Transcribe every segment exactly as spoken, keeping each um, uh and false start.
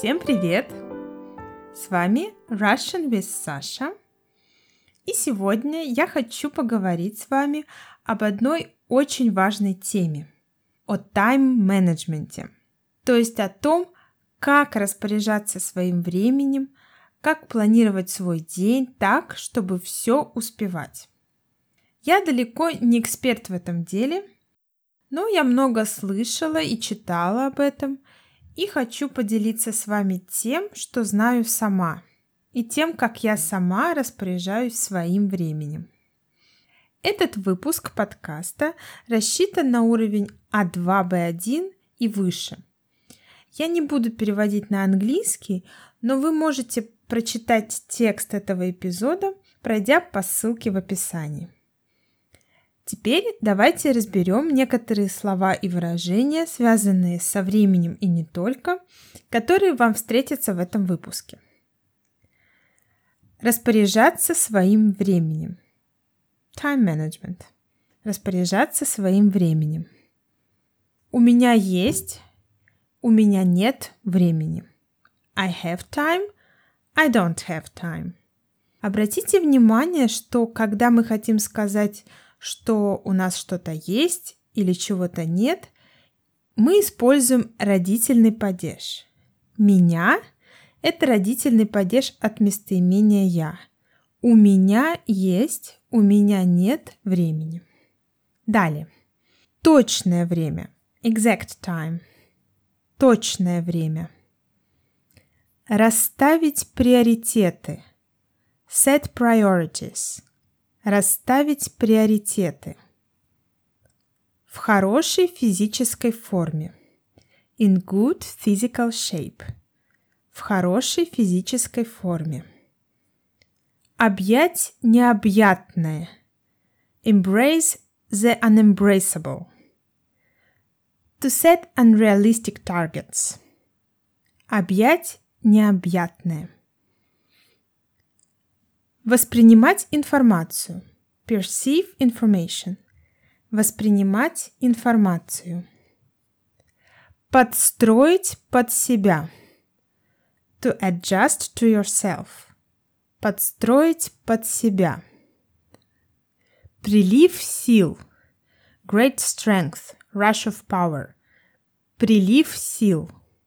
Всем привет! С вами Russian with Sasha. И сегодня я хочу поговорить с вами об одной очень важной теме – о тайм-менеджменте. То есть о том, как распоряжаться своим временем, как планировать свой день так, чтобы все успевать. Я далеко не эксперт в этом деле, но я много слышала и читала об этом, и хочу поделиться с вами тем, что знаю сама, и тем, как я сама распоряжаюсь своим временем. Этот выпуск подкаста рассчитан на уровень а два бэ один и выше. Я не буду переводить на английский, но вы можете прочитать текст этого эпизода, пройдя по ссылке в описании. Теперь давайте разберем некоторые слова и выражения, связанные со временем и не только, которые вам встретятся в этом выпуске. Распоряжаться своим временем. Time management. Распоряжаться своим временем. У меня есть, у меня нет времени. I have time, I don't have time. Обратите внимание, что когда мы хотим сказать, что у нас что-то есть или чего-то нет, мы используем родительный падеж. Меня – это родительный падеж от местоимения «я». У меня есть, у меня нет времени. Далее. Точное время. Exact time. Точное время. Расставить приоритеты. Set priorities. Расставить приоритеты. В хорошей физической форме. In good physical shape. В хорошей физической форме. Объять необъятное. Embrace the unembraceable. To set unrealistic targets. Объять необъятное. Воспринимать информацию. Perceive information. Воспринимать информацию. Подстроить под себя. To adjust to yourself. Подстроить под себя. Прилив сил. Great strength. Rush of power. Прилив сил.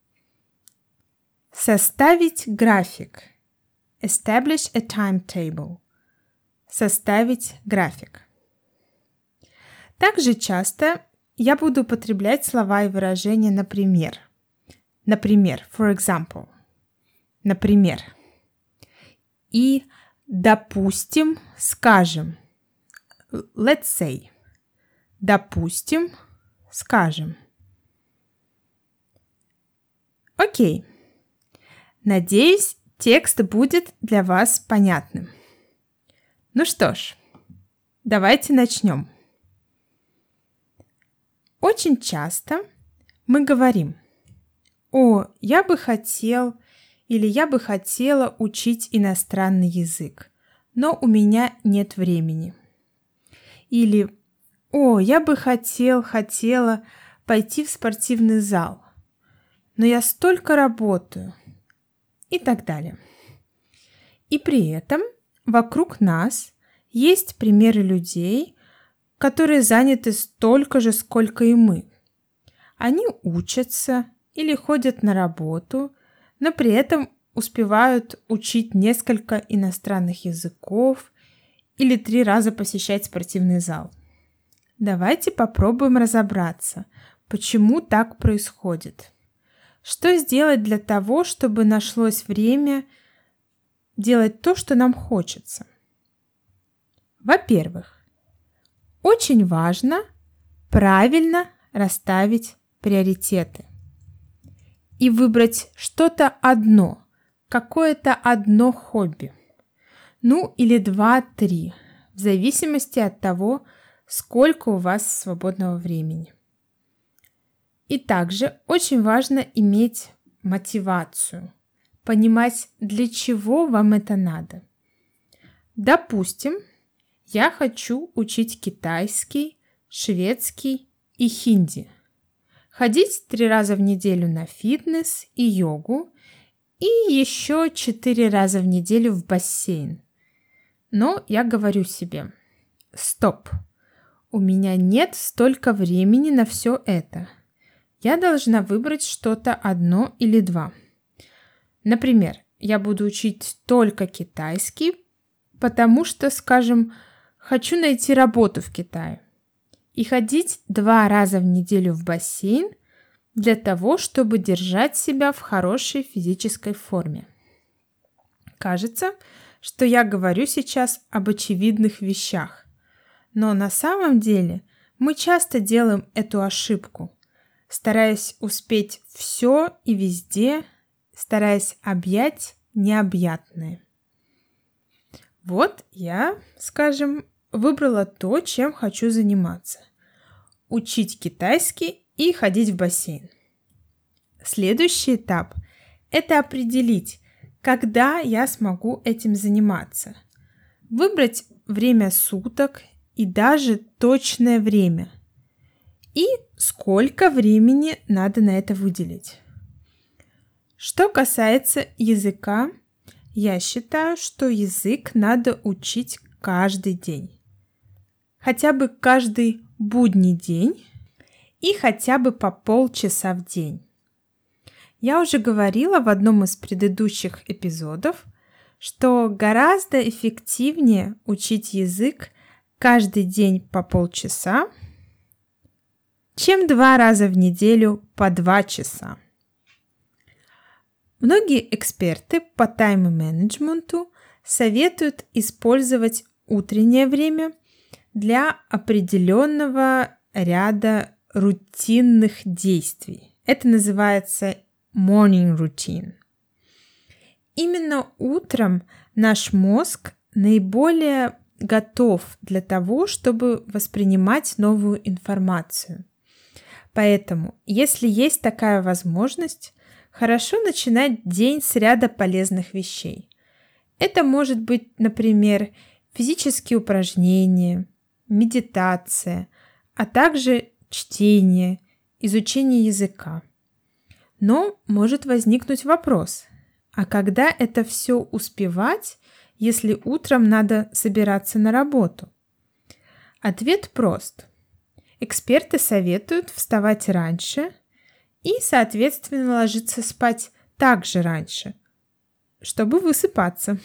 Составить график. Establish a timetable. Составить график. Также часто я буду употреблять слова и выражения «например». Например, for example. Например. И, допустим, скажем. Let's say. Допустим, скажем. Окей. Надеюсь, текст будет для вас понятным. Ну что ж, давайте начнем. Очень часто мы говорим: «О, я бы хотел» или «я бы хотела учить иностранный язык, но у меня нет времени». Или «О, я бы хотел, хотела пойти в спортивный зал, но я столько работаю». И так далее. И при этом вокруг нас есть примеры людей, которые заняты столько же, сколько и мы. Они учатся или ходят на работу, но при этом успевают учить несколько иностранных языков или три раза посещать спортивный зал. Давайте попробуем разобраться, почему так происходит. Что сделать для того, чтобы нашлось время делать то, что нам хочется? Во-первых, очень важно правильно расставить приоритеты и выбрать что-то одно, какое-то одно хобби. Ну или два-три, в зависимости от того, сколько у вас свободного времени. И также очень важно иметь мотивацию, понимать, для чего вам это надо. Допустим, я хочу учить китайский, шведский и хинди, ходить три раза в неделю на фитнес и йогу и еще четыре раза в неделю в бассейн. Но я говорю себе: стоп, у меня нет столько времени на все это. Я должна выбрать что-то одно или два. Например, я буду учить только китайский, потому что, скажем, хочу найти работу в Китае. И ходить два раза в неделю в бассейн для того, чтобы держать себя в хорошей физической форме. Кажется, что я говорю сейчас об очевидных вещах. Но на самом деле мы часто делаем эту ошибку, стараясь успеть все и везде, стараясь объять необъятное. Вот я, скажем, выбрала то, чем хочу заниматься. Учить китайский и ходить в бассейн. Следующий этап – это определить, когда я смогу этим заниматься. Выбрать время суток и даже точное время. И сколько времени надо на это выделить. Что касается языка, я считаю, что язык надо учить каждый день. Хотя бы каждый будний день и хотя бы по полчаса в день. Я уже говорила в одном из предыдущих эпизодов, что гораздо эффективнее учить язык каждый день по полчаса, чем два раза в неделю по два часа. Многие эксперты по тайм-менеджменту советуют использовать утреннее время для определенного ряда рутинных действий. Это называется morning routine. Именно утром наш мозг наиболее готов для того, чтобы воспринимать новую информацию. Поэтому, если есть такая возможность, хорошо начинать день с ряда полезных вещей. Это может быть, например, физические упражнения, медитация, а также чтение, изучение языка. Но может возникнуть вопрос: а когда это все успевать, если утром надо собираться на работу? Ответ прост. Эксперты советуют вставать раньше и, соответственно, ложиться спать также раньше, чтобы высыпаться.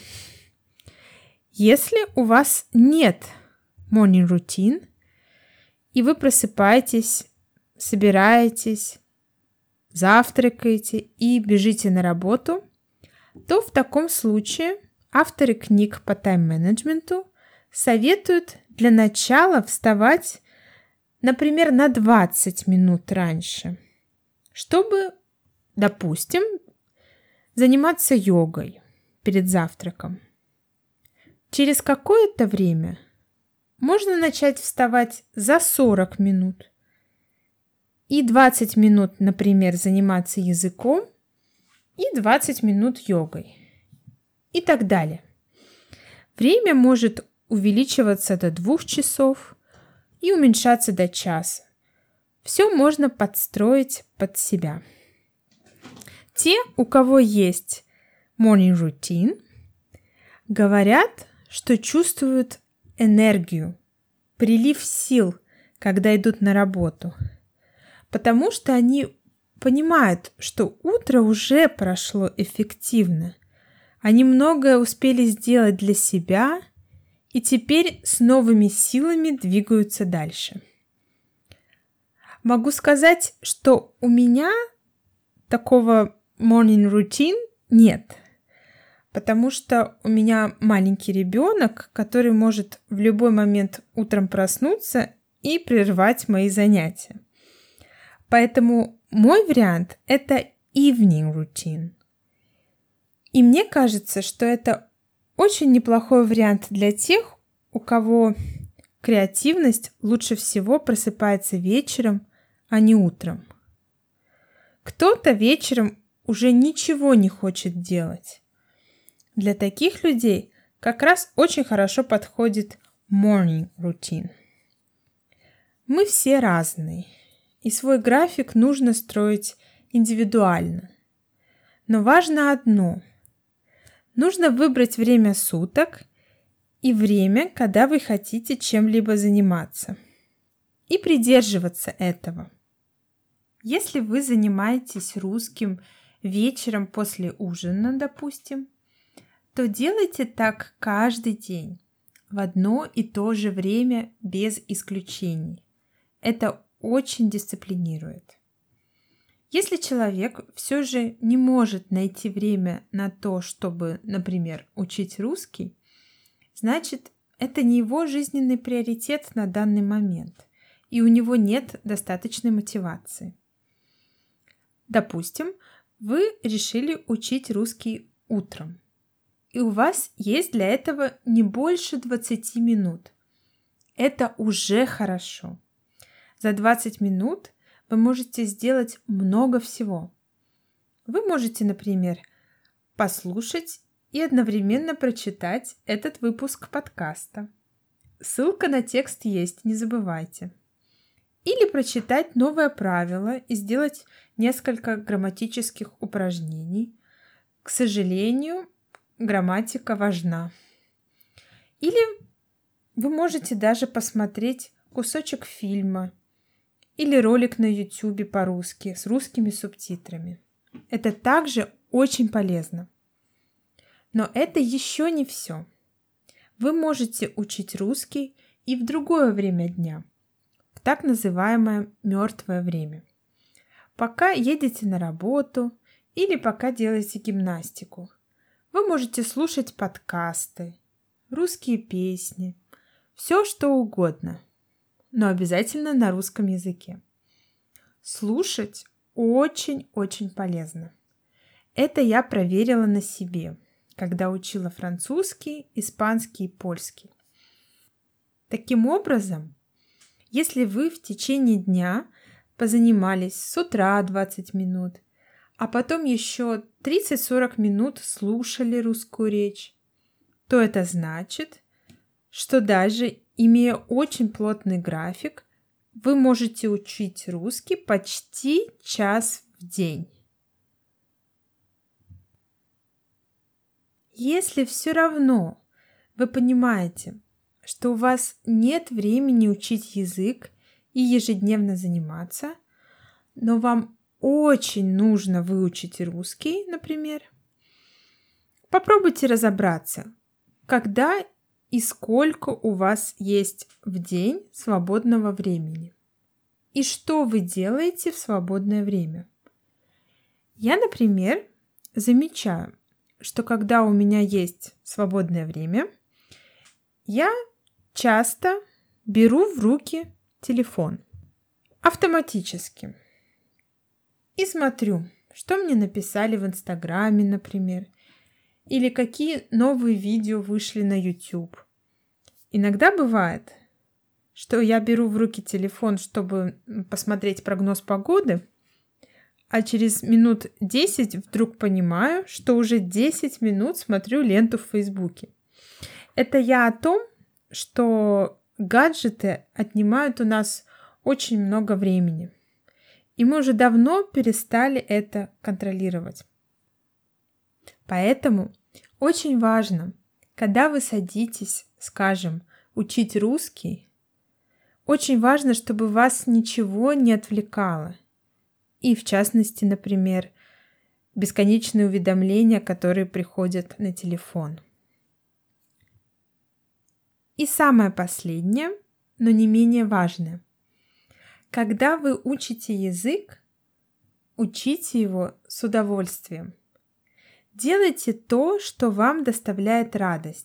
Если у вас нет morning routine, и вы просыпаетесь, собираетесь, завтракаете и бежите на работу, то в таком случае авторы книг по тайм-менеджменту советуют для начала вставать, например, на двадцать минут раньше, чтобы, допустим, заниматься йогой перед завтраком. Через какое-то время можно начать вставать за сорок минут и двадцать минут, например, заниматься языком и двадцать минут йогой и так далее. Время может увеличиваться до двух часов и уменьшаться до часа. Все можно подстроить под себя. Те, у кого есть morning routine, говорят, что чувствуют энергию, прилив сил, когда идут на работу, потому что они понимают, что утро уже прошло эффективно. Они многое успели сделать для себя и теперь с новыми силами двигаются дальше. Могу сказать, что у меня такого morning routine нет, потому что у меня маленький ребенок, который может в любой момент утром проснуться и прервать мои занятия. Поэтому мой вариант – это evening routine. И мне кажется, что это очень неплохой вариант для тех, у кого креативность лучше всего просыпается вечером, а не утром. Кто-то вечером уже ничего не хочет делать. Для таких людей как раз очень хорошо подходит morning routine. Мы все разные, и свой график нужно строить индивидуально. Но важно одно. Нужно выбрать время суток и время, когда вы хотите чем-либо заниматься. И придерживаться этого. Если вы занимаетесь русским вечером после ужина, допустим, то делайте так каждый день, в одно и то же время без исключений. Это очень дисциплинирует. Если человек все же не может найти время на то, чтобы, например, учить русский, значит, это не его жизненный приоритет на данный момент, и у него нет достаточной мотивации. Допустим, вы решили учить русский утром, и у вас есть для этого не больше двадцати минут. Это уже хорошо. За двадцать минут вы можете сделать много всего. Вы можете, например, послушать и одновременно прочитать этот выпуск подкаста. Ссылка на текст есть, не забывайте. Или прочитать новое правило и сделать несколько грамматических упражнений. К сожалению, грамматика важна. Или вы можете даже посмотреть кусочек фильма или ролик на YouTube по-русски с русскими субтитрами. Это также очень полезно. Но это еще не все. Вы можете учить русский и в другое время дня, в так называемое мертвое время. Пока едете на работу или пока делаете гимнастику, вы можете слушать подкасты, русские песни, все что угодно, но обязательно на русском языке. Слушать очень-очень полезно. Это я проверила на себе, когда учила французский, испанский и польский. Таким образом, если вы в течение дня позанимались с утра двадцать минут, а потом еще тридцать-сорок минут слушали русскую речь, то это значит, что даже имея очень плотный график, вы можете учить русский почти час в день. Если все равно вы понимаете, что у вас нет времени учить язык и ежедневно заниматься, но вам очень нужно выучить русский, например, попробуйте разобраться, когда и сколько у вас есть в день свободного времени. И что вы делаете в свободное время? Я, например, замечаю, что когда у меня есть свободное время, я часто беру в руки телефон автоматически и смотрю, что мне написали в Инстаграме, например, или какие новые видео вышли на YouTube. Иногда бывает, что я беру в руки телефон, чтобы посмотреть прогноз погоды, а через минут десять вдруг понимаю, что уже десять минут смотрю ленту в Фейсбуке. Это я о том, что гаджеты отнимают у нас очень много времени, и мы уже давно перестали это контролировать. Поэтому очень важно, когда вы садитесь, скажем, учить русский, очень важно, чтобы вас ничего не отвлекало. И, в частности, например, бесконечные уведомления, которые приходят на телефон. И самое последнее, но не менее важное. Когда вы учите язык, учите его с удовольствием. Делайте то, что вам доставляет радость.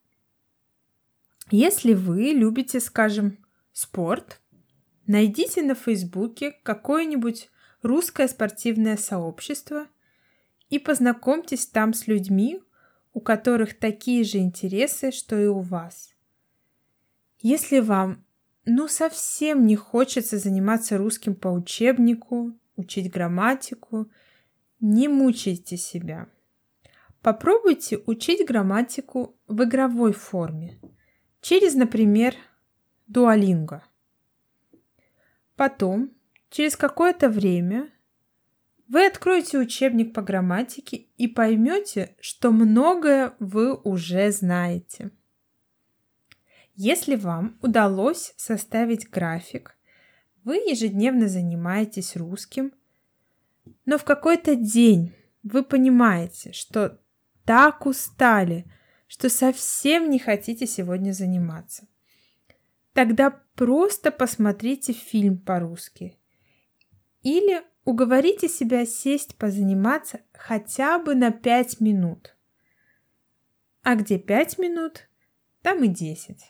Если вы любите, скажем, спорт, найдите на Фейсбуке какое-нибудь русское спортивное сообщество и познакомьтесь там с людьми, у которых такие же интересы, что и у вас. Если вам ну совсем не хочется заниматься русским по учебнику, учить грамматику, не мучайте себя. Попробуйте учить грамматику в игровой форме, через, например, Duolingo. Потом, через какое-то время, Вы откроете учебник по грамматике и поймете, что многое вы уже знаете. Если вам удалось составить график, вы ежедневно занимаетесь русским, но в какой-то день вы понимаете, что так устали, что совсем не хотите сегодня заниматься. Тогда просто посмотрите фильм по-русски или уговорите себя сесть позаниматься хотя бы на пять минут. А где пять минут, там и десять.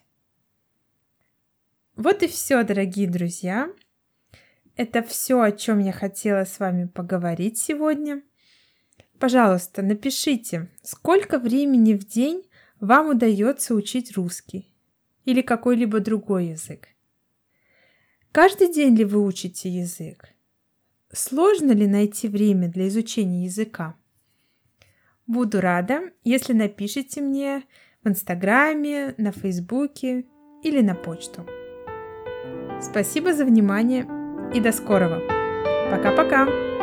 Вот и все, дорогие друзья. Это все, о чем я хотела с вами поговорить сегодня. Пожалуйста, напишите, сколько времени в день вам удается учить русский или какой-либо другой язык. Каждый день ли вы учите язык? Сложно ли найти время для изучения языка? Буду рада, если напишите мне в Инстаграме, на Фейсбуке или на почту. Спасибо за внимание и до скорого. Пока-пока!